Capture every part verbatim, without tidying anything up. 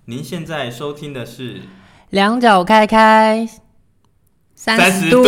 您现在收听的是两脚开开，三十度。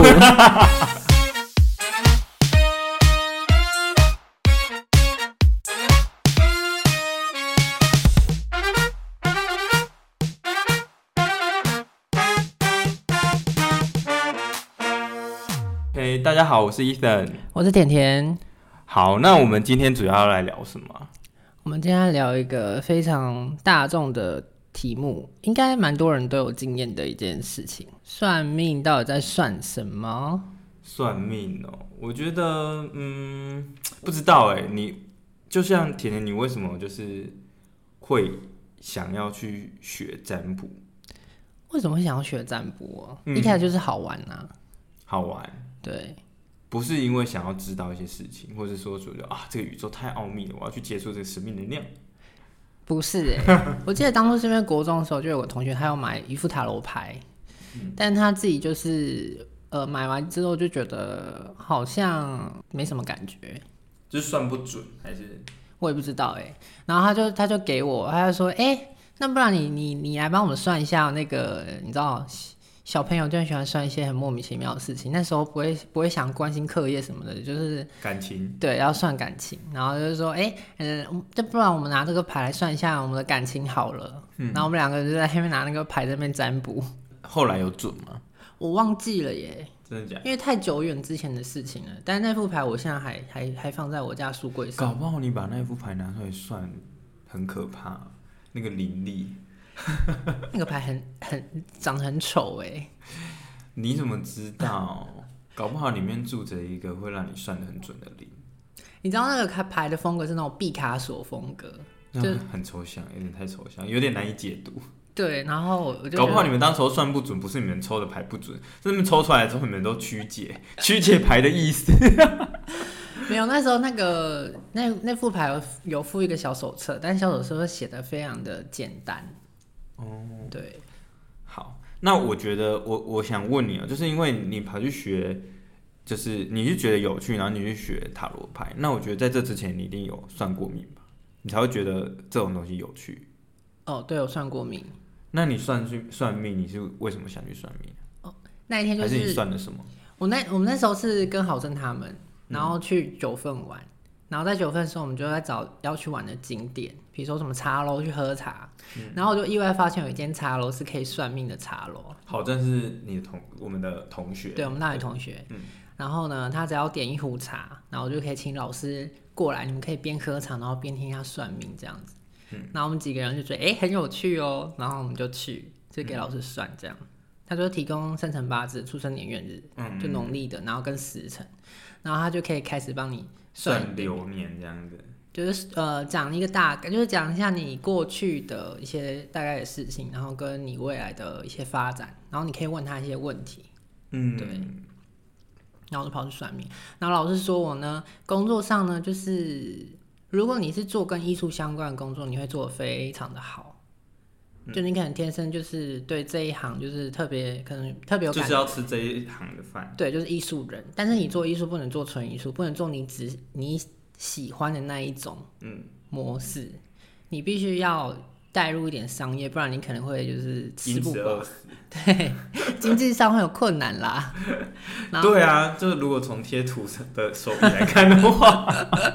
嘿、大家好，我是 Ethan， 我是甜甜。 好，那我们今天主要要来聊什么？ 我们今天来聊一个非常大众的题目，应该蛮多人都有经验的一件事情。算命到底在算什么？ 算命哦，我觉得，嗯，不知道哎。你就像甜甜，你为什么就是会想要去学占卜？ 为什么会想要学占卜、啊嗯一开始就是好玩啊。 好玩， 对， 不是因为想要知道一些事情，或者说觉得啊，这个宇宙太奥秘了，我要去接触这个神秘能量。 不是哎、欸，我记得当初是因为国中的时候，就有个同学他要买一副塔罗牌，嗯、但他自己就是呃买完之后就觉得好像没什么感觉， 就是算不准还是？ 我也不知道哎、欸。然后他就他就给我，他就说，哎、欸，那不然你你你来帮我们算一下那个，你知道小朋友就很喜欢算一些很莫名其妙的事情，那时候不会不会想关心课业什么的，就是感情， 对，要算感情，然后就是说，哎、欸，嗯，这不然我们拿这个牌来算一下我们的感情好了。嗯、然后我们两个就在那边拿那个牌在那边占卜。 后来有准吗？ 我忘记了耶， 真的假的？ 因为太久远之前的事情了。但是那副牌我现在还还还放在我家书柜上。 搞不好你把那副牌拿出来算，很可怕，那个灵力。 那个牌很很长得很丑哎， 你怎么知道？搞不好里面住着一个会让你算得很准的灵。 你知道那个牌的风格是那种毕卡索风格， 就很抽象，有点太抽象，有点难以解读。 对，然后我就搞不好你们当时候算不准，不是你们抽的牌不准，是你们抽出来之后你们都曲解，曲解牌的意思。 没有，那时候那个那那副牌有有附一个小手册，但是小手册写的非常的简单。哦，对， 好，那我觉得我我想问你啊，就是因为你跑去学，就是你是觉得有趣，然后你去学塔罗牌，那我觉得在这之前你一定有算过命吧，你才会觉得这种东西有趣。 哦，对，我算过命。 那你算去算命，你是为什么想去算命？ 哦，那一天就是还是你算的什么？ 我那我们那时候是跟郝正他们，然后去九份玩。嗯，然后在九份的时候，我们就在找要去玩的景点，比如说什么茶楼去喝茶。嗯、然后我就意外发现有一间茶楼是可以算命的茶楼。 好，正是你的同我们的同学， 对，我们大学同学。嗯、然后呢，他只要点一壶茶，然后我就可以请老师过来，你们可以边喝茶，然后边听他算命这样子。嗯、然后我们几个人就觉得哎很有趣哦，然后我们就去就给老师算这样。嗯、他就提供生辰八字、出生年月日，嗯、就农历的，然后跟时辰，然后他就可以开始帮你算流年这样子， 就是呃讲一个大概，就是讲一下你过去的一些大概的事情，然后跟你未来的一些发展，然后你可以问他一些问题，嗯，对。然后我就跑去算命，然后老师说我呢，工作上呢，就是如果你是做跟艺术相关的工作，你会做得非常的好。就你可能天生就是对这一行就是特别可能特别有感觉， 就是要吃这一行的饭。 对，就是艺术人，但是你做艺术不能做纯艺术，不能做你只你喜欢的那一种模式，嗯、你必须要带入一点商业，不然你可能会就是吃不饱，对，经济上会有困难啦。 对啊，就是如果从贴图的手笔来看的话，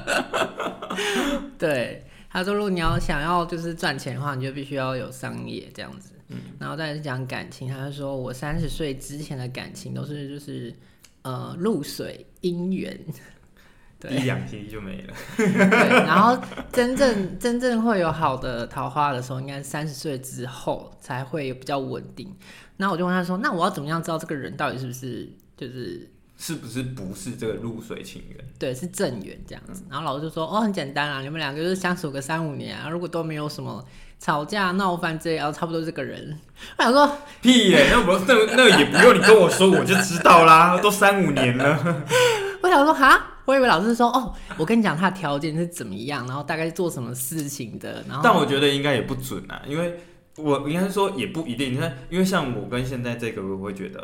对。他说：“如果你要想要就是赚钱的话，你就必须要有商业这样子。嗯、然后再是讲感情，他就说我三十岁之前的感情都是就是呃露水姻缘， 对，一两天就没了。 对，然后真正真正会有好的桃花的时候，应该是三十岁之后才会有比较稳定。然后我就问他说：那我要怎么样知道这个人到底是不是就是？” 是不是不是这个露水情缘？ 对，是正缘这样子。然后老师就说：“哦，很简单啊，你们两个就是相处个三五年啊，如果都没有什么吵架闹翻这样，差不多这个人。”我想说屁嘞、欸，那我那那也不用你跟我说，我就知道啦，都三五年了。 我想说哈，我以为老师说哦，我跟你讲他的条件是怎么样，然后大概是做什么事情的。然后， 但我觉得应该也不准啊，因为我应该说也不一定。你看，因为像我跟现在这个，我会觉得。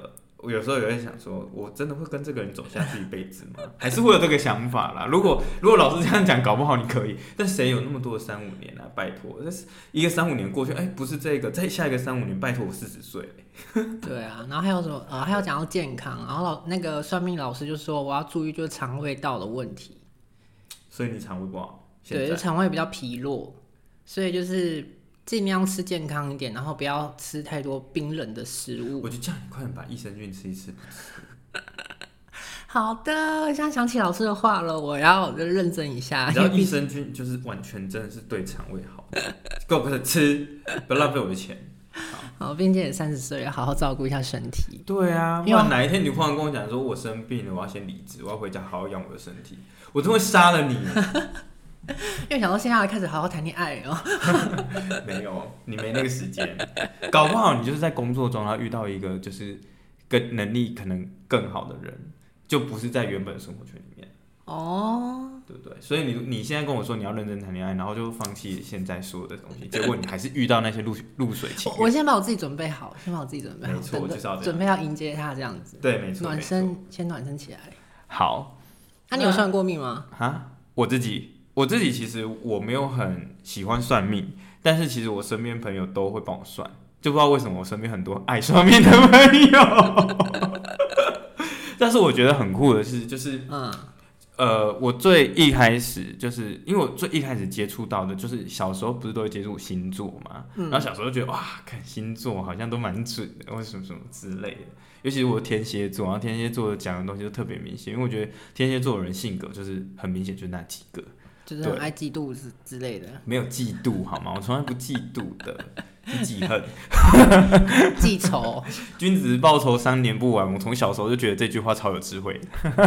我有时候也会想说，我真的会跟这个人走下去一辈子吗？还是会有这个想法啦。如果如果老师这样讲，搞不好你可以，但谁有那么多的三五年啊？拜托，但是一个三五年过去，哎、欸，不是这个，再下一个三五年，拜托我四十岁。 对啊，然后还有什么？呃，还有讲到健康，然后老那个算命老师就说我要注意就是肠胃道的问题。 所以你肠胃不好？ 对，就肠胃比较疲弱，所以就是尽量吃健康一点，然后不要吃太多冰冷的食物。 我就叫你快点把益生菌吃一吃，不吃。 好的，现在想起老师的话了，我要认真一下。 你知道益生菌就是完全真的是对肠胃好，够不是吃，不要浪费我的钱。 好，并且也三十岁，要好好照顾一下身体。 对啊，不然哪一天你忽然跟我讲说我生病了，我要先离职，我要回家好好养我的身体，我真会杀了你。 因为想说现在开始好好谈恋爱哦。 没有，你没那个时间，搞不好你就是在工作中，然后遇到一个就是跟能力可能更好的人，就不是在原本的生活圈里面。 哦， 对不对？所以你你现在跟我说你要认真谈恋爱，然后就放弃现在所有的东西，结果你还是遇到那些露露水情缘。 我先把我自己准备好，先把我自己准备好， 没错，我就是要准备要迎接他这样子。 对，没错， 暖身先暖身起来。 好， 那、啊、你有算过命吗？ 啊，我自己。我自己其实我没有很喜欢算命，但是其实我身边朋友都会帮我算，就不知道为什么我身边很多爱算命的朋友。但是我觉得很酷的是，就是嗯，呃，我最一开始就是因为我最一开始接触到的，就是小时候不是都会接触星座嘛，嗯、然后小时候就觉得哇，看星座好像都蛮准的，或什么什么之类的。尤其是我天蝎座，然后天蝎座讲的东西都特别明显，因为我觉得天蝎座的人性格就是很明显，就是那几个。 就是很爱嫉妒之类的， 没有嫉妒好吗？我从来不嫉妒的，是记恨、 记仇。 君子报仇三年不晚。我从小时候就觉得这句话超有智慧。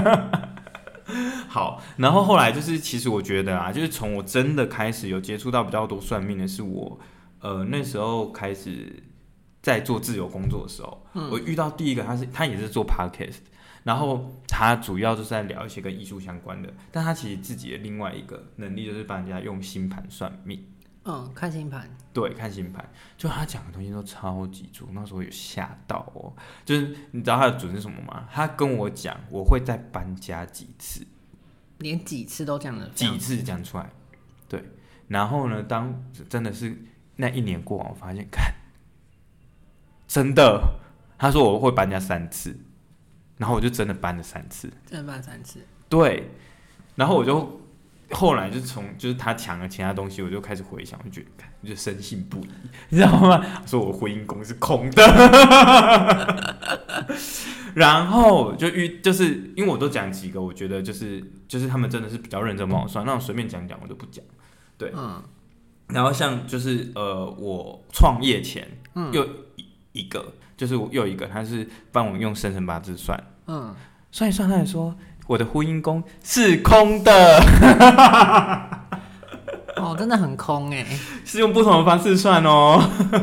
好，然后后来就是，其实我觉得啊，就是从我真的开始有接触到比较多算命的是我，呃，那时候开始在做自由工作的时候，嗯、我遇到第一个，他是他也是做 podcast。然后他主要就是在聊一些跟艺术相关的，但他其实自己的另外一个能力就是帮人家用星盘算命。 嗯，看星盘。 对，看星盘，就他讲的东西都超级准，那时候有吓到哦。就是你知道他的准是什么吗？他跟我讲我会再搬家几次， 连几次都讲了， 几次讲出来。对，然后呢，当真的是那一年过完，我发现，看，真的，他说我会搬家三次。然后我就真的搬了三次， 真的搬三次。对， 然后我就后来就从就是他抢了其他东西，我就开始回想，我就觉得，我就深信不疑，你知道吗？说我婚姻宫是空的，然后就遇就是因为我都讲几个，我觉得就是就是他们真的是比较认真帮我算，那我随便讲讲我就不讲，对，嗯。然后像就是呃，我创业前，嗯，又一个。就是又有一个，他是帮我用生辰八字算，嗯，算一算，他还说我的婚姻宫是空的， 哦，真的很空哎， 是用不同的方式算哦，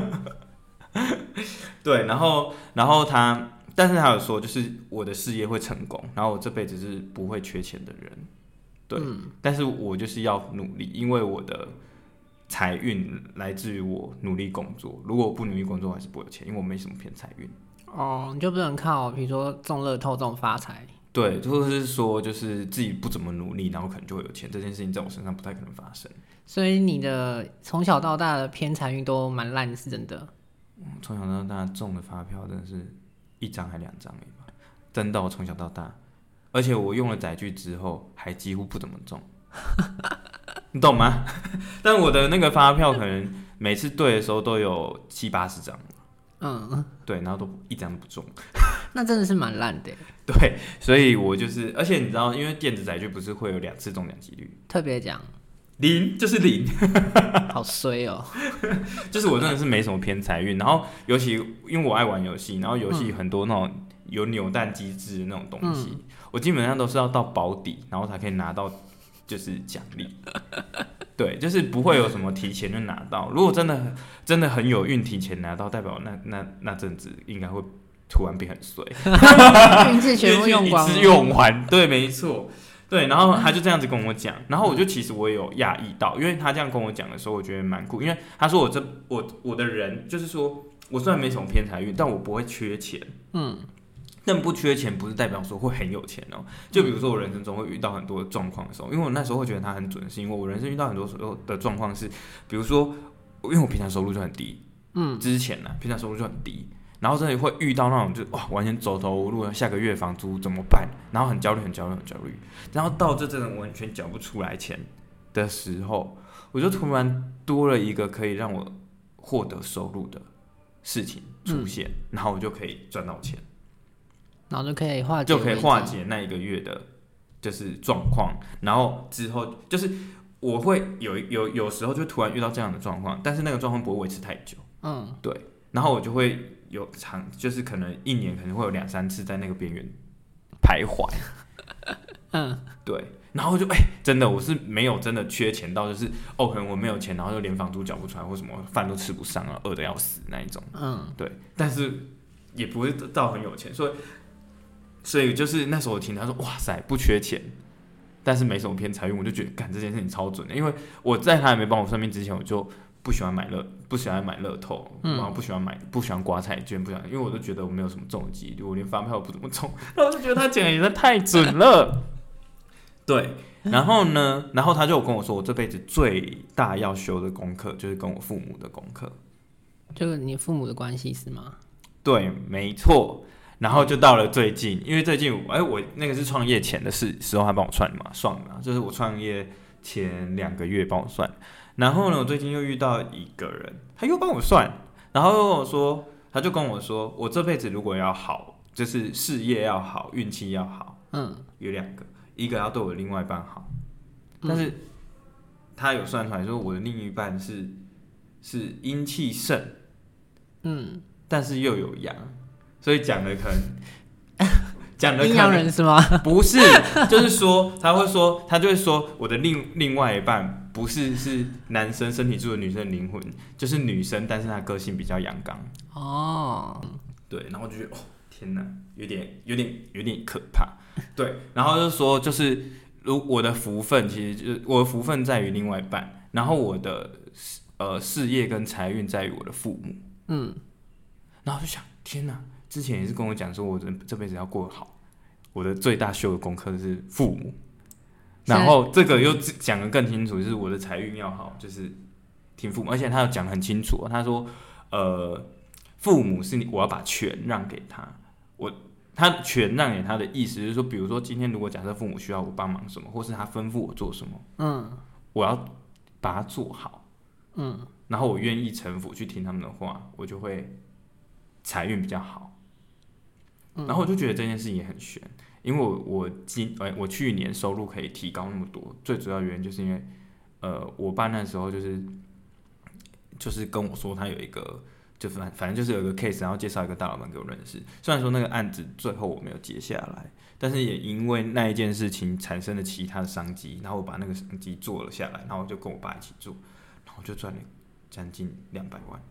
对，然后然后他，但是他有说，就是我的事业会成功，然后我这辈子是不会缺钱的人，对，嗯、但是我就是要努力，因为我的。财运来自于我努力工作，如果我不努力工作，我还是不会有钱，因为我没什么偏财运。 哦，你就不能靠，比如说中乐透这种发财。 对，或者是说，就是自己不怎么努力，然后可能就会有钱，这件事情在我身上不太可能发生。 所以你的从小到大的偏财运都蛮烂，是真的。 从、嗯、小到大中的发票真的是一张还两张而已吧，真的，我从小到大，而且我用了载具之后，还几乎不怎么中。你懂吗？但我的那个发票可能每次对的时候都有七八十张，嗯，对，然后都一张不中， 那真的是蛮烂的。 对，所以我就是，而且你知道，因为电子载具不是会有两次中奖几率， 特别奖零就是零， 好衰哦。 就是我真的是没什么偏财运，然后尤其因为我爱玩游戏，然后游戏很多那种有扭蛋机制的那种东西，嗯、我基本上都是要到保底，然后才可以拿到。就是奖励，对，就是不会有什么提前就拿到。如果真的真的很有运，提前拿到，代表那那那阵子应该会突然变很衰， 运气全部用光， 一次用完。对，没错，对。然后他就这样子跟我讲，然后我就其实我也有讶异到，因为他这样跟我讲的时候，我觉得蛮酷，因为他说我这我我的人就是说我虽然没什么偏财运，但我不会缺钱，嗯。 但不缺钱不是代表说会很有钱哦。就比如说我人生中会遇到很多状况的时候，因为我那时候会觉得它很准，是因为我人生遇到很多时候的状况是，比如说因为我平常收入就很低，嗯，之前呢、啊、平常收入就很低，然后真的会遇到那种就哇完全走投无路，下个月房租怎么办？然后很焦虑很焦虑很焦虑，然后到这真的完全缴不出来钱的时候，我就突然多了一个可以让我获得收入的事情出现，嗯、然后我就可以赚到钱。 然后就可以化解， 就可以化解那一个月的，就是状况。然后之后就是我会有有有时候就突然遇到这样的状况，但是那个状况不会维持太久。嗯，对。然后我就会有长，就是可能一年可能会有两三次在那个边缘徘徊。嗯，对。然后就哎、欸，真的我是没有真的缺钱到就是哦，可能我没有钱，然后就连房租缴不出来，或什么饭都吃不上啊，饿得要死那一种。嗯，对。但是也不会到很有钱，所以。所以就是那时候我听他说，哇塞，不缺钱，但是没什么偏财运，我就觉得干这件事情超准的，因为我在他还没帮我算命之前，我就不喜欢买乐，不喜欢买乐透，然后不喜欢买，不喜欢刮彩券，不喜欢，因为我就觉得我没有什么中的几率，我连发票不怎么中，然后我就觉得他讲的也是太准了。对，然后呢，然后他就跟我说，我这辈子最大要修的功课就是跟我父母的功课， 就是你父母的关系是吗？ 对，没错。然后就到了最近，因为最近哎，我那个是创业前的事时候，他帮我算嘛，算嘛，就是我创业前两个月帮我算。然后呢，我最近又遇到一个人，他又帮我算，然后又跟我说，他就跟我说，我这辈子如果要好，就是事业要好，运气要好，嗯，有两个，一个要对我的另外一半好，但是他有算出来说，我的另一半是是阴气盛，嗯，但是又有阳。所以讲的可能讲的阴阳人是吗？ 不是，就是说他会说，他就会说我的另另外一半不是是男生身体住的女生的灵魂，就是女生，但是她个性比较阳刚。哦，对，然后我就觉得哦，天哪，有点有点有点可怕。对，然后就说就是如我的福分，其实就是我的福分在于另外一半，然后我的呃事业跟财运在于我的父母。嗯，然后就想，天哪。之前也是跟我讲说，我这辈子要过好，我的最大修的功课是父母，然后这个又讲得更清楚，就是我的财运要好，就是听父母，而且他有讲得很清楚，他说，呃，父母是你，我要把权让给他，我他权让给他的意思就是说，比如说今天如果假设父母需要我帮忙什么，或是他吩咐我做什么，嗯，我要把它做好，嗯，然后我愿意臣服去听他们的话，我就会财运比较好。然后我就觉得这件事情也很悬，因为我我今呃我去年收入可以提高那么多，最主要原因就是因为呃我爸那时候就是就是跟我说他有一个就反反正就是有一个 case， 然后介绍一个大老板给我认识。虽然说那个案子最后我没有接下来，但是也因为那一件事情产生了其他的商机，然后我把那个商机做了下来，然后我就跟我爸一起做，然后就赚了将近两百万。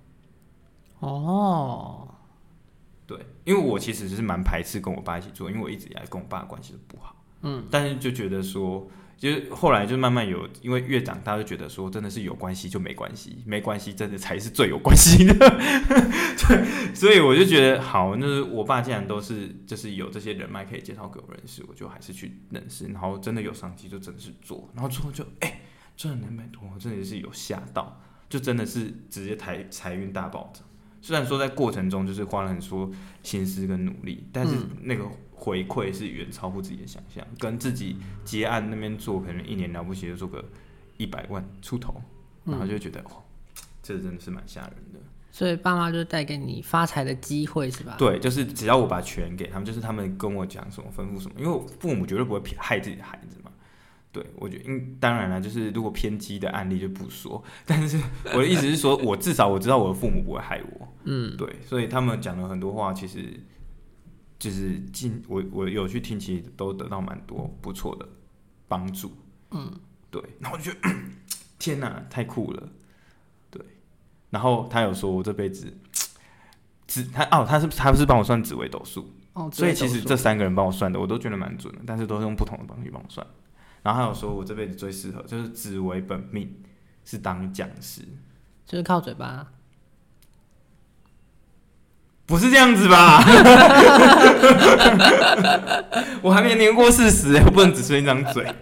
哦。对，因为我其实是蛮排斥跟我爸一起做，因为我一直以来跟我爸的关系都不好。嗯，但是就觉得说，就是后来就慢慢有，因为越长大就觉得说，真的是有关系就没关系，没关系真的才是最有关系的。对，所以我就觉得好，那我爸既然都是就是有这些人脉可以介绍给我认识，我就还是去认识，然后真的有商机就真的是做，然后之后就哎赚了两百多，真的是有吓到，就真的是直接财财运大暴涨。虽然说在过程中就是花了很多心思跟努力，但是那个回馈是远超乎自己的想象。跟自己结案那边做，可能一年了不起就做个一百万出头，然后就觉得哦，这真的是蛮吓人的。 所以爸妈就带给你发财的机会是吧？ 对，就是只要我把权给他们，就是他们跟我讲什么吩咐什么，因为我父母绝对不会害自己的孩子嘛。对，我觉得，因当然了，就是如果偏激的案例就不说，但是我的意思是说，我至少我知道我的父母不会害我，嗯，对，所以他们讲了很多话，其实就是进我我有去听，其实都得到蛮多不错的帮助，嗯，对，然后我就觉得天哪，太酷了，对，然后他有说我这辈子，紫他哦，他是他不是帮我算紫微斗数，哦，所以其实这三个人帮我算的，我都觉得蛮准的，但是都是用不同的方式帮我算。然后还有说，我这辈子最适合就是紫微本命是当讲师， 就是靠嘴巴。 不不是这样子吧？我还没年过四十，我不能只剩一张嘴。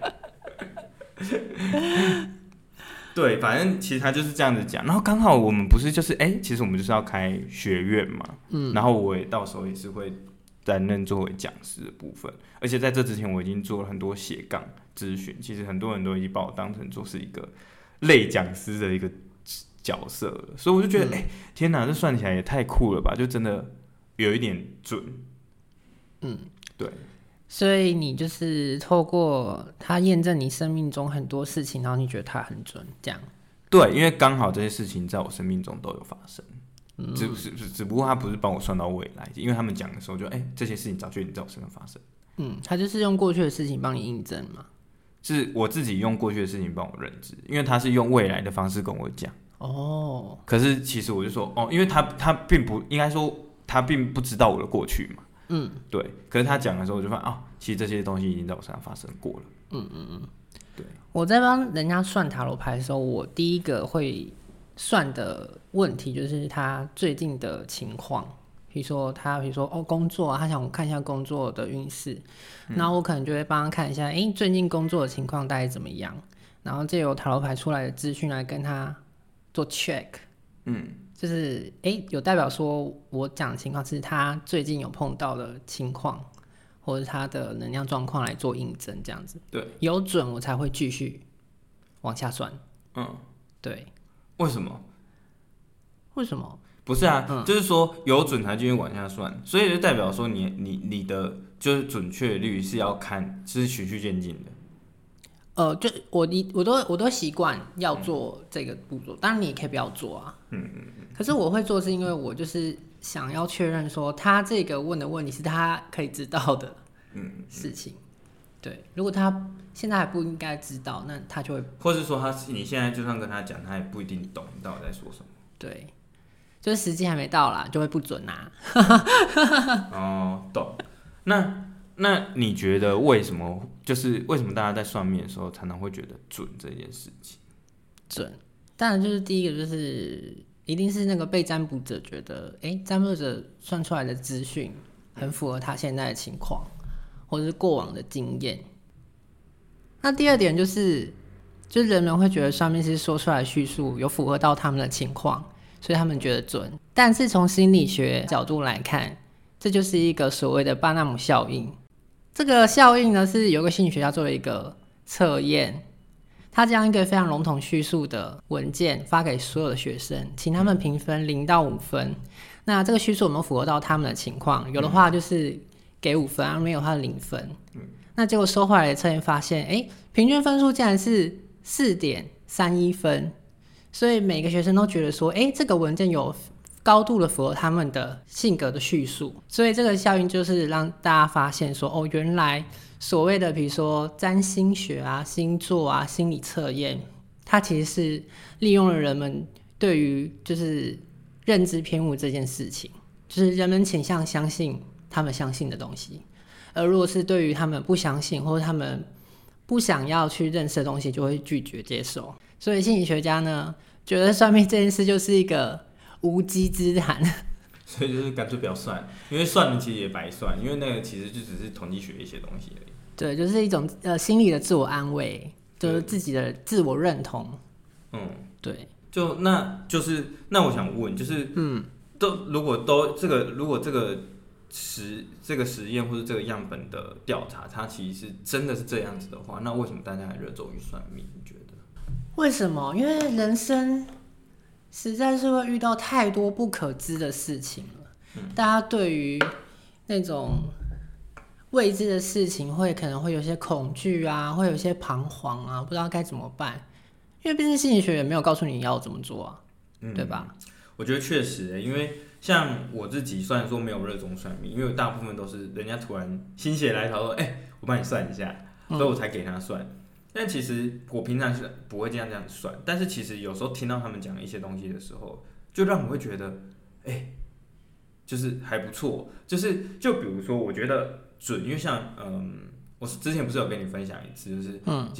对，反正其实他就是这样子讲。然后刚好我们不是就是哎、欸，其实我们就是要开学院嘛，嗯，然后我也到时候也是会担任作为讲师的部分。而且在这之前，我已经做了很多斜杠咨询，其实很多人都已经把我当成做是一个类讲师的一个角色了，所以我就觉得，哎、嗯欸，天哪，这算起来也太酷了吧！就真的有一点准，嗯，对。 所以你就是透过它验证你生命中很多事情，然后你觉得它很准，这样。 对，因为刚好这些事情在我生命中都有发生，嗯、只只只不过他不是帮我算到未来，因为他们讲的时候就，哎、欸，这些事情早就已经在我身上发生。 嗯，他就是用过去的事情帮你印证嘛。 是我自己用过去的事情帮我认知，因为他是用未来的方式跟我讲。哦。可是其实我就说，哦，因为他他并不应该说他并不知道我的过去嘛。嗯，对。可是他讲的时候，我就发现啊、哦，其实这些东西已经在我身上发生过了。嗯嗯嗯， 对。我在帮人家算塔罗牌的时候，我第一个会算的问题就是他最近的情况，比如说他，比如说哦工作啊，他想我看一下工作的运势，嗯、然后我可能就会帮他看一下，哎、欸，最近工作的情况大概怎么样，然后借由塔罗牌出来的资讯来跟他做 check。嗯。就是哎、欸，有代表说我讲的情况是他最近有碰到的情况，或者他的能量状况来做印证，这样子。 对， 有准我才会继续往下算。嗯，对。 为什么？ 为什么？ 不是啊，嗯、就是说有准才继续往下算，所以就代表说你你你的就是准确率是要看，是循序渐进的。 呃，就我我都我都习惯要做这个步骤，当然你也可以不要做啊。嗯嗯嗯。可是我会做，是因为我就是想要确认说，他这个问的问题是他可以知道的事情。嗯嗯、对，如果他现在还不应该知道，那他就会， 或是说他你现在就算跟他讲，他也不一定懂你到底在说什么。 对，就是时机还没到啦，就会不准啊。 哦，懂。那。那你觉得为什么就是为什么大家在算命的时候常常会觉得准这件事情？ 准，当然就是第一个就是一定是那个被占卜者觉得，哎、欸，占卜者算出来的资讯很符合他现在的情况，或者是过往的经验。那第二点就是，就是人们会觉得算命师说出来的叙述有符合到他们的情况，所以他们觉得准。但是从心理学角度来看，这就是一个所谓的巴纳姆效应。这个效应呢，是有个心理学家做了一个测验，他将一个非常笼统叙述的文件发给所有的学生，请他们评分零到五分。那这个叙述有没有符合到他们的情况？有的话就是给五分，而没有的话零分。那结果收回来的测验发现，哎，平均分数竟然是四点三一分，所以每个学生都觉得说，哎，这个文件有高度的符合他们的性格的叙述，所以这个效应就是让大家发现说，哦，原来所谓的比如说占星学啊、星座啊、心理测验，它其实是利用了人们对于就是认知偏误这件事情，就是人们倾向相信他们相信的东西，而如果是对于他们不相信或者他们不想要去认识的东西，就会拒绝接受。所以心理学家呢，觉得算命这件事就是一个无稽之谈， 所以就是干脆不要算，因为算了其实也白算，因为那个其实就只是统计学一些东西而已。 对，就是一种呃心理的自我安慰，就是自己的自我认同。嗯，对。 就那就是那我想问，就是嗯，都如果都这个如果这个实这个实验或者这个样本的调查，它其实是真的是这样子的话，那为什么大家还热衷于算命？你觉得？ 为什么？因为人生实在是会遇到太多不可知的事情了，嗯、大家对于那种未知的事情会可能会有些恐惧啊，会有些彷徨啊，不知道该怎么办。因为毕竟心理学也没有告诉你要怎么做啊，嗯、对吧？ 我觉得确实、欸，因为像我自己虽然说没有热衷算命，因为大部分都是人家突然心血来潮说，哎、欸，我帮你算一下，所以我才给他算。嗯、但其实我平常是不会这样这样算，但是其实有时候听到他们讲一些东西的时候，就让我会觉得，哎、欸，就是还不错。就是就比如说，我觉得准，因为像嗯，我之前不是有跟你分享一次，就是嗯，其实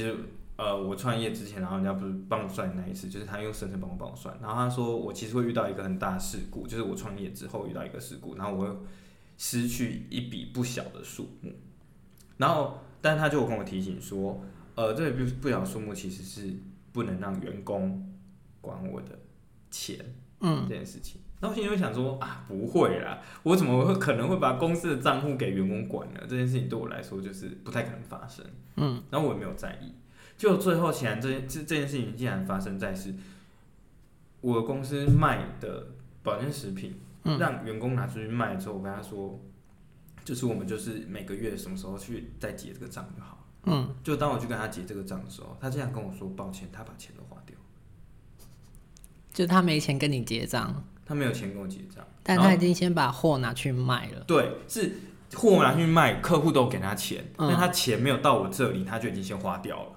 呃，我创业之前，然后人家不是帮我算那一次，就是他用生成帮我帮我算，然后他说我其实会遇到一个很大的事故，就是我创业之后遇到一个事故，然后我会失去一笔不小的数目，然后但是他就有跟我提醒说，呃，这笔不小的数目其实是不能让员工管我的钱，嗯，这件事情。那我心里会想说啊，不会啦，我怎么会可能会把公司的账户给员工管呢？这件事情对我来说就是不太可能发生，嗯，然后我也没有在意。就最后，竟然这这这件事情竟然发生在是，我的公司卖的保健食品，嗯、让员工拿出去卖之后，我跟他说，就是我们就是每个月什么时候去再结这个账就好。嗯，就当我去跟他结这个账的时候，他竟然跟我说抱歉，他把钱都花掉， 就他没钱跟你结账， 他没有钱跟我结账， 但他已经先把货拿去卖了。 对，是货拿去卖，客户都给他钱，嗯、但他钱没有到我这里，他就已经先花掉了。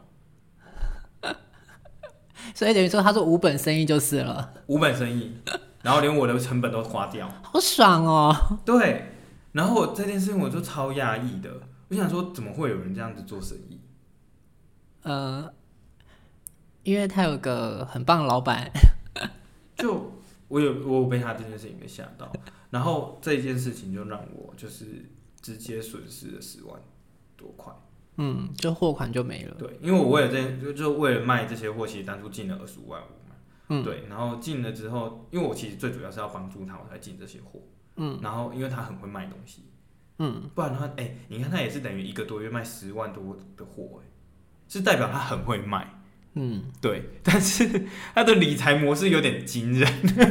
所以等于说，他做无本生意就是了。 无本生意，然后连我的成本都花掉， 好爽哦。 对，然后这件事情我就超压抑的，我想说，怎么会有人这样子做生意？ 呃，因为他有个很棒的老板。 就我有我有被他这件事情给吓到，然后这件事情就让我就是直接损失了十万多块。 嗯，就货款就没了。 对，因为我为了这就就为了卖这些货，其实当初进了二十五万五嘛。嗯，对，然后进了之后，因为我其实最主要是要帮助他，我才进这些货。嗯，然后因为他很会卖东西。嗯，不然的话，哎、欸，你看他也是等于一个多月卖十万多的货，哎，是代表他很会卖。嗯，对，但是他的理财模式有点惊人。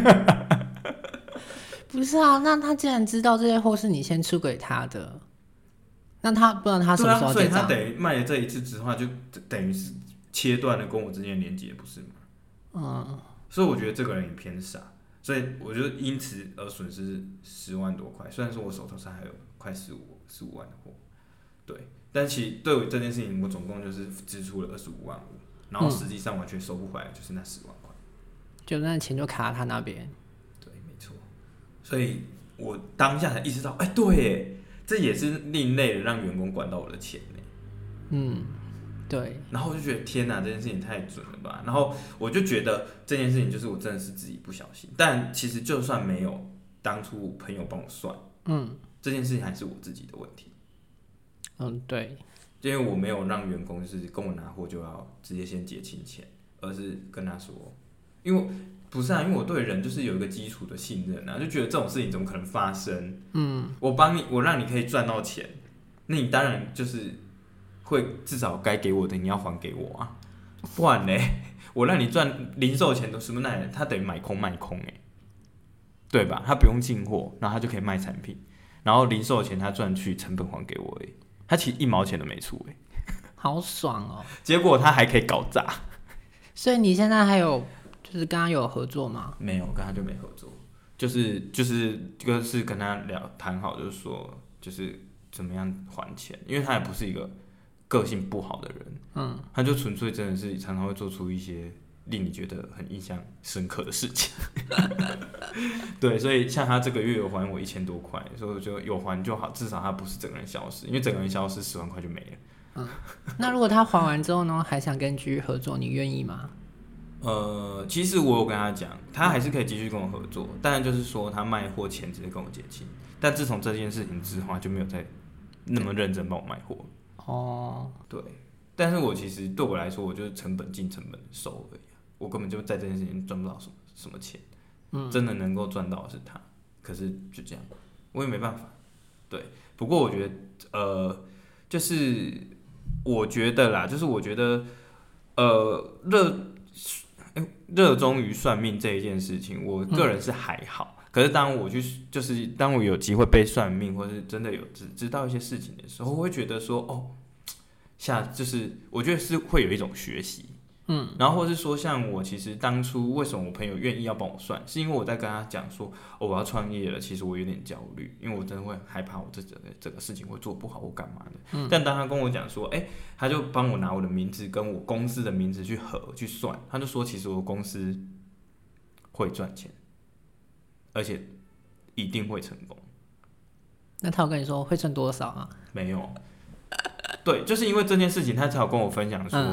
不是啊，那他既然知道这些货是你先出给他的。那他不知道他什么时候结账， 所以他等于卖了这一次之后，就等于是切断了跟我之间的连接，不是吗？嗯，所以我觉得这个人也偏傻，所以我就因此而损失十万多块。虽然说我手头上还有快十五十五万的货，对，但其实对我这件事情，我总共就是支出了二十五万五，然后实际上完全收不回来，就是那十万块， 就那钱就卡他那边。 对，没错。所以我当下才意识到，哎、欸，对耶。这也是另类的让员工管到我的钱呢。 嗯，对。 然后我就觉得天哪，这件事情太准了吧！然后我就觉得这件事情就是我真的是自己不小心，但其实就算没有当初朋友帮我算，嗯，这件事情还是我自己的问题。 嗯，对。 因为我没有让员工就是跟我拿货就要直接先结清钱，而是跟他说，因为。不是啊，因为我对人就是有一个基础的信任啊，就觉得这种事情怎么可能发生？嗯，我帮你，我让你可以赚到钱，那你当然就是会至少该给我的你要还给我啊，不然呢，我让你赚零售钱都什么那，他等于买空卖空哎、欸，对吧？他不用进货，然后他就可以卖产品，然后零售钱他赚去成本还给我哎、欸，他其实一毛钱都没出哎、 欸，好爽哦！ 结果他还可以搞砸， 所以你现在还有？就是跟他有合作吗？ 没有，跟他就没合作。就是就是就是跟他聊谈好，就是说就是怎么样还钱，因为他也不是一个个性不好的人，嗯，他就纯粹真的是常常会做出一些令你觉得很印象深刻的事情。对，所以像他这个月有还我一千多块，所以我就有还就好，至少他不是整个人消失，因为整个人消失十万块就没了。 嗯，那如果他还完之后呢，还想跟你继续合作，你愿意吗？ 呃，其实我有跟他讲，他还是可以继续跟我合作，当然就是说他卖货钱直接跟我结清。但自从这件事情之后，他就没有再那么认真帮我卖货。哦，对，但是我其实对我来说，我就是成本进成本收而已，我根本就在这件事情赚不到什么什么钱。嗯，真的能够赚到的是他，可是就这样，我也没办法。对，不过我觉得，呃，就是我觉得啦，就是我觉得，呃，热。热衷于算命这一件事情，我个人是还好。嗯、可是当我去，就是当我有机会被算命，或是真的有知知道一些事情的时候，我会觉得说，哦，下就是我觉得是会有一种学习，嗯，然后或是说，像我其实当初为什么我朋友愿意要帮我算，是因为我在跟他讲说，哦，我要创业了，其实我有点焦虑，因为我真的会害怕我这整个整个事情会做不好或干嘛的。嗯，但当他跟我讲说，哎、欸，他就帮我拿我的名字跟我公司的名字去合去算，他就说，其实我公司会赚钱，而且一定会成功。 那他有跟你说会赚多少啊？ 没有。对，就是因为这件事情，他才有跟我分享说。嗯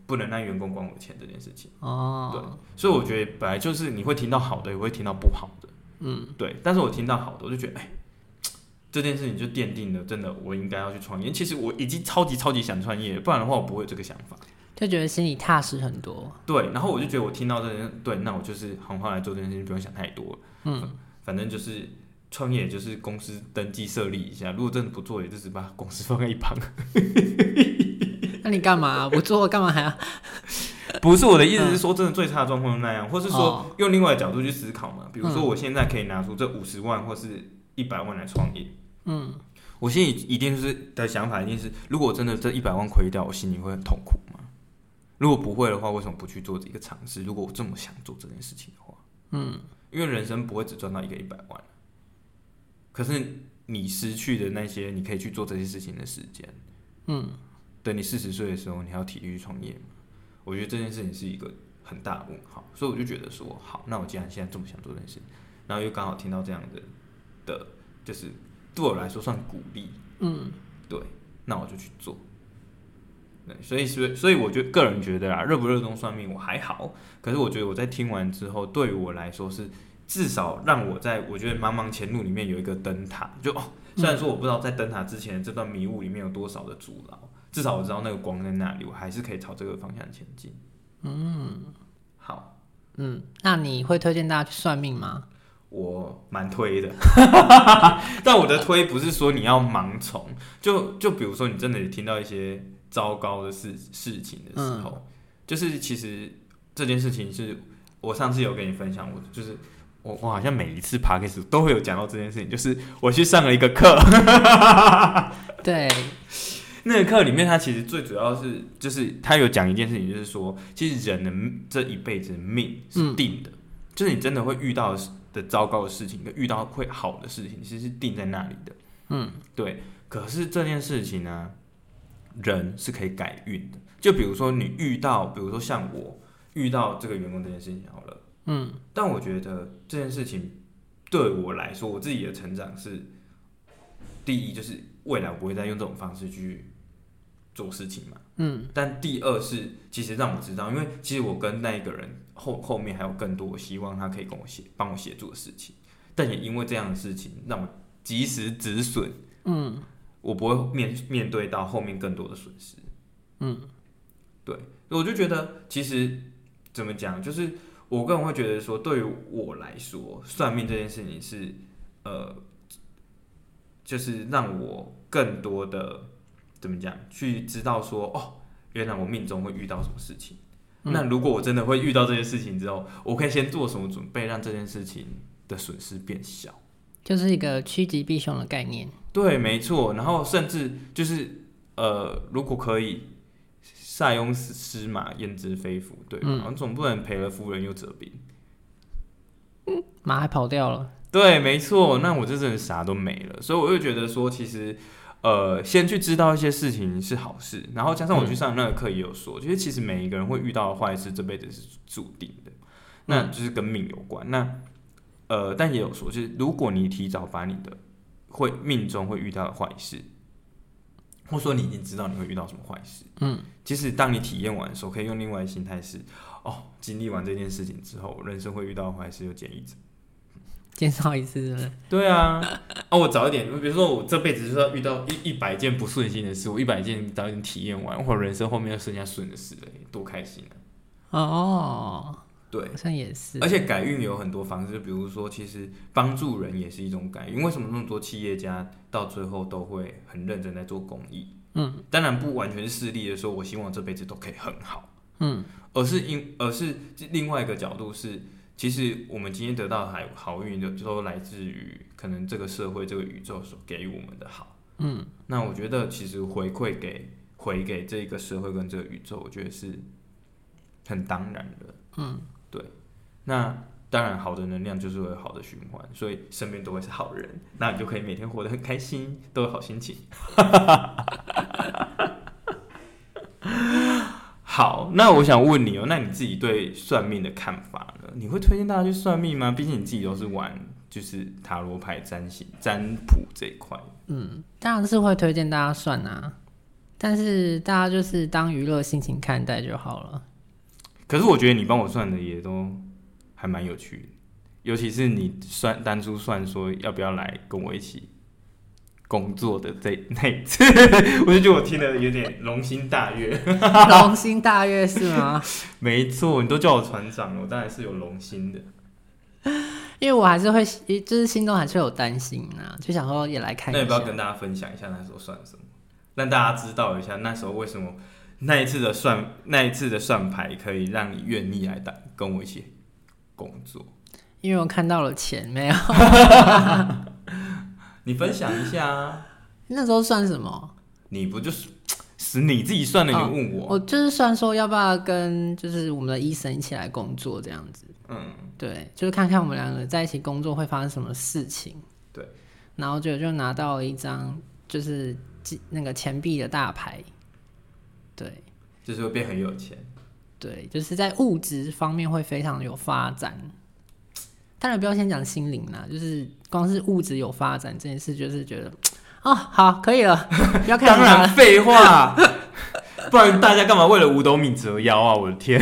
不能让员工管我钱这件事情。 哦， 对，所以我觉得本来就是你会听到好的，也会听到不好的。嗯，对。但是我听到好的，我就觉得，哎、欸，这件事情就奠定了，真的我应该要去创业。其实我已经超级超级想创业，不然的话我不会有这个想法。 就觉得心里踏实很多。 对，然后我就觉得我听到这件，对，那我就是好好来做这件事情，不用想太多。嗯，反正就是创业，就是公司登记设立一下，如果真的不做，也就是把公司放在一旁。 那你干嘛、啊、不做？干嘛还要？ 不是，我的意思是说，真的最差的状况那样，或是说用另外的角度去思考嘛。比如说，我现在可以拿出这五十万或是一百万来创业，嗯，我心里一定是的想法一定是，如果真的这一百万亏掉，我心里会很痛苦吗？如果不会的话，为什么不去做这个尝试？如果我这么想做这件事情的话，嗯，因为人生不会只赚到一个一百万，可是你失去的那些你可以去做这些事情的时间，嗯，等你四十岁的时候，你还有体力去创业吗？我觉得这件事情是一个很大的问号，所以我就觉得说，好，那我既然现在这么想做这件事，然后又刚好听到这样的的，就是对我来说算鼓励，嗯，对，那我就去做。对，所以所以所以我觉得个人觉得啊，热不热衷算命我还好，可是我觉得我在听完之后，对于我来说是至少让我在我觉得茫茫前路里面有一个灯塔，就哦，虽然说我不知道在灯塔之前的这段迷雾里面有多少的阻挠。至少我知道那个光在那里，我还是可以朝这个方向前进。嗯，好， 嗯，那你会推荐大家去算命吗？ 我蛮推的，但我的推不是说你要盲从，就就比如说你真的听到一些糟糕的事事情的时候，嗯、就是其实这件事情是我上次有跟你分享，我就是我我好像每一次 podcast 都会有讲到这件事情，就是我去上了一个课， 对。 那个课里面，他其实最主要是，就是他有讲一件事情，就是说，其实人的这一辈子命是定的，嗯、就是你真的会遇到的糟糕的事情，跟遇到会好的事情，其实是定在那里的。嗯，对。可是这件事情呢，人是可以改运的。就比如说你遇到，比如说像我遇到这个员工这件事情好了，嗯，但我觉得这件事情对我来说，我自己的成长是，第一就是未来我不会再用这种方式去做事情嘛，嗯，但第二是其实让我知道，因为其实我跟那一个人后后面还有更多我希望他可以跟我协帮我协助的事情，但也因为这样的事情让我及时止损，嗯，我不会面面对到后面更多的损失，嗯，对，我就觉得其实怎么讲，就是我个人会觉得说，对于我来说，算命这件事情是呃，就是让我更多的。怎么讲？去知道说哦，原来我命中会遇到什么事情。嗯、那如果我真的会遇到这件事情之后，我可以先做什么准备，让这件事情的损失变小？ 就是一个趋吉避凶的概念。 对，没错。然后甚至就是呃，如果可以，塞翁失马，焉知非福，对吧？嗯、总不能赔了夫人又折兵。 嗯，马还跑掉了。 对，没错。那我这真的啥都没了，所以我就觉得说，其实。呃，先去知道一些事情是好事，然后加上我去上那个课也有说，就是其实每一个人会遇到的坏事，这辈子是注定的，那就是跟命有关。那呃，但也有说，就是如果你提早把你的会命中会遇到的坏事，或者说你已经知道你会遇到什么坏事，嗯，其实当你体验完的时候，可以用另外的心态是，哦，经历完这件事情之后，人生会遇到的坏事又减一折。 减少一次是不是？ 对啊，啊，我早一点，比如说我这辈子就是要遇到一一百件不顺心的事，我一百件早一点体验完，或者人生后面要剩下顺的事了，多开心啊！ 哦， 对， 好像也是。 而且改运有很多方式，比如说，其实帮助人也是一种改运。为什么那么多企业家到最后都会很认真在做公益？嗯，当然不完全是势利的说，我希望这辈子都可以很好。嗯，而是因而是另外一个角度是。其实我们今天得到的好运，就都来自于可能这个社会、这个宇宙所给予我们的好。嗯，那我觉得其实回馈给回给这个社会跟这个宇宙，我觉得是很当然的。嗯，对。那当然，好的能量就是会有好的循环，所以身边都会是好人，那你就可以每天活得很开心，都有好心情。好，那我想问你哦，那你自己对算命的看法呢？你会推荐大家去算命吗？毕竟你自己都是玩就是塔罗牌占星、占卜这一块。 嗯，当然是会推荐大家算啊。 但是大家就是当娱乐心情看待就好了。 可是我觉得你帮我算的也都还蛮有趣的，尤其是你算当初算说要不要来跟我一起工作的这那一次，我就觉得我听了有点龙心大悦。 龙心大悦是吗？ 没错，你都叫我船长了，我当然是有龙心的。 因为我还是会，就是心中还是有担心啊，就想说也来看一下。 那要不要跟大家分享一下那时候算什么，让大家知道一下那时候为什么那一次的算那一次的算牌可以让你愿意来跟我一起工作？ 因为我看到了钱，没有。 你分享一下啊。 那时候算什么？ 你不就是是你自己算的？你问我、 哦，我就是算说要不要跟就是我们的医生一起来工作这样子。嗯，对，就是看看我们两个在一起工作会发生什么事情。 对， 然后就就拿到了一张就是那个钱币的大牌。对， 就是会变很有钱。 对，就是在物质方面会非常有发展。当然不要先讲心灵啦，就是光是物质有发展这件事，就是觉得哦，好，可以了，不要看。 当然废话，不然大家干嘛为了五斗米折腰啊？我的天！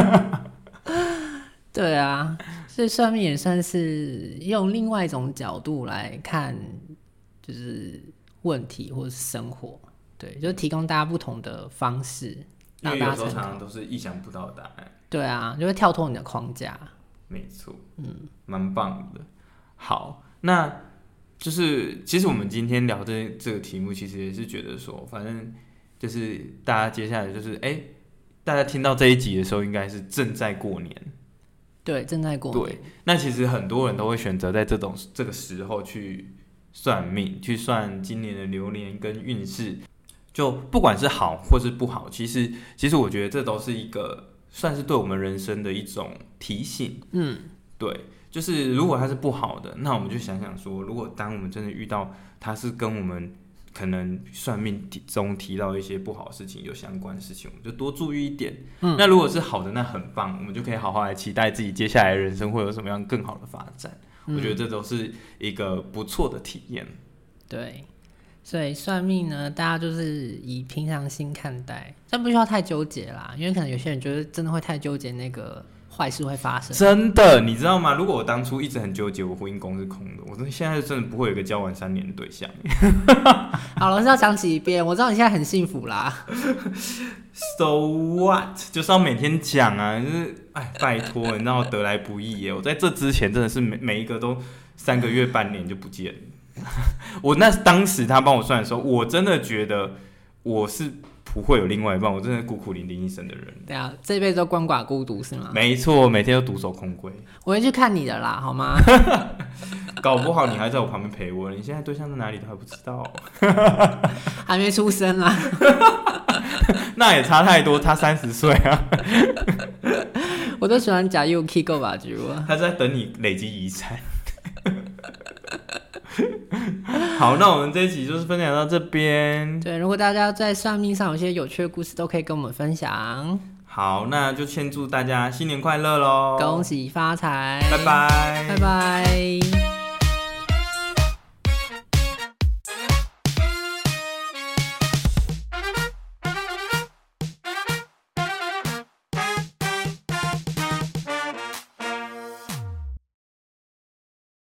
对啊，所以算命也算是用另外一种角度来看，就是问题或是生活，对，就提供大家不同的方式， 因为有时候常常都是意想不到的答案。 对啊，就会跳脱你的框架。 没错，嗯，蛮棒的。好，那就是其实我们今天聊的这个题目，其实也是觉得说，反正就是大家接下来就是，哎、欸，大家听到这一集的时候，应该是正在过年。 对，正在过年。 对，那其实很多人都会选择在这种这个时候去算命，去算今年的流年跟运势，就不管是好或是不好，其实其实我觉得这都是一个算是对我们人生的一种提醒。嗯，对，就是如果它是不好的，那我们就想想说，如果当我们真的遇到它是跟我们可能算命中提到一些不好的事情有相关的事情，我们就多注意一点。嗯，那如果是好的，那很棒，我们就可以好好来期待自己接下来的人生会有什么样更好的发展。嗯，我觉得这都是一个不错的体验。 对，所以算命呢，大家就是以平常心看待，但不需要太纠结啦，因为可能有些人觉得真的会太纠结那个坏事会发生。 真的，你知道吗？如果我当初一直很纠结我婚姻宫是空的，我现在真的不会有一个交往三年的对象。 好了，是要讲几遍？我知道你现在很幸福啦。 So what？ 就是要每天讲啊，就是哎，拜托，你知道得来不易耶。我在这之前真的是每每一个都三个月、半年就不见了。我那当时他帮我算的时候，我真的觉得我是不会有另外一半，我真的孤苦伶仃一生的人。 对啊，这辈子都鳏寡孤独是吗？ 没错，每天都独守空闺。 我会去看你的啦，好吗？ 搞不好你还在我旁边陪我，你现在对象在哪里都还不知道。 还没出生啦。 那也差太多，差三十岁啊。 我都喜欢假 U K 够吧，就他在等你累积遗产。好，那我们这一集就是分享到这边。 对，如果大家在算命上有些有趣的故事，都可以跟我们分享。 好，那就先祝大家新年快乐咯， 恭喜发财， 拜拜， 拜拜。